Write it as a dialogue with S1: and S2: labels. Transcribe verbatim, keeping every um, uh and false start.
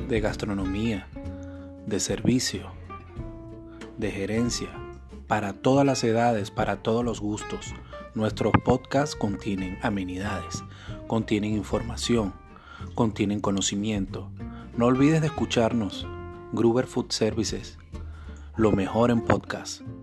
S1: de gastronomía, de servicio, de gerencia, para todas las edades, para todos los gustos. Nuestros podcasts contienen amenidades, contienen información, contienen conocimiento. No olvides de escucharnos. Gruber Food Services, lo mejor en podcast.